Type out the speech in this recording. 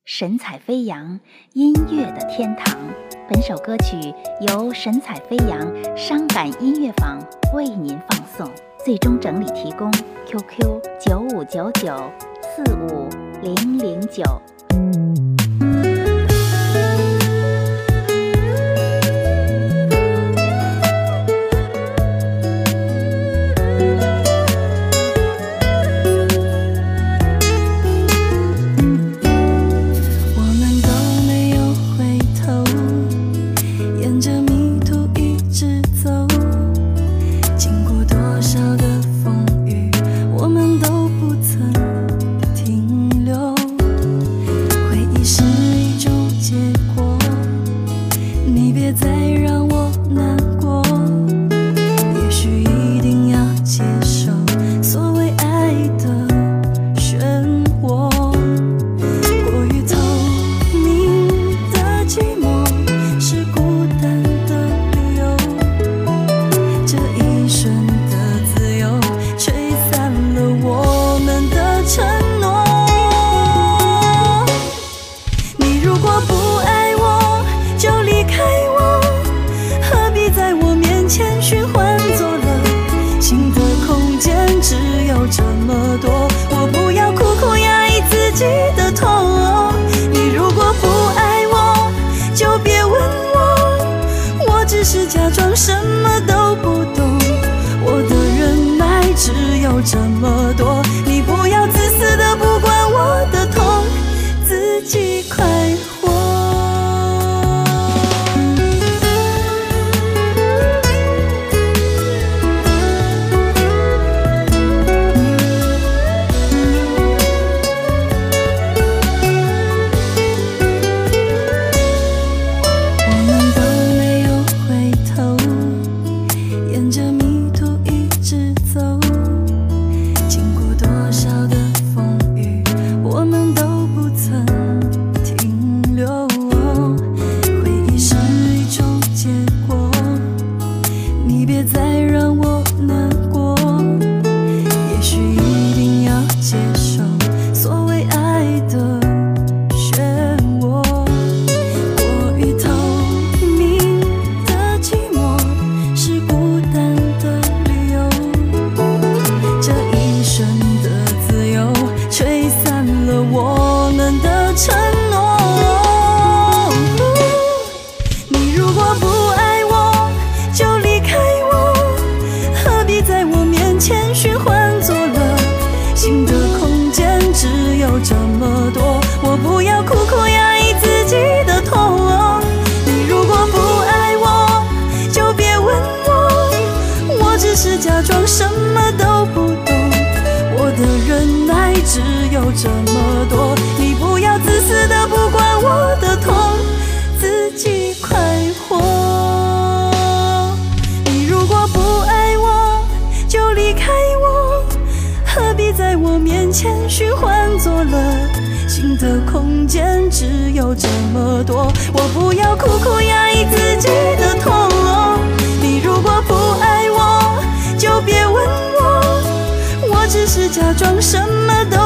神采飞扬，音乐的天堂。本首歌曲由神采飞扬伤感音乐坊为您放送，最终整理提供 QQ 9599450009。 这么多，我不要苦苦压抑自己的痛。你如果不爱我，就别问我，我只是假装什么都不懂。我的忍耐只有这么多，你不要自私的不管我的痛，自己快活。这么多，我不要苦苦压抑自己的痛。你如果不爱我，就别问我，我只是假装什么都不懂。我的忍耐只有这么多，你不要自私的不管我的痛，自己快活。你如果不爱我，就离开我，何必在我面前虚幻作乐？心的空间只有这么多，我不要苦苦压抑自己的痛。你如果不爱我，就别问我，我只是假装什么都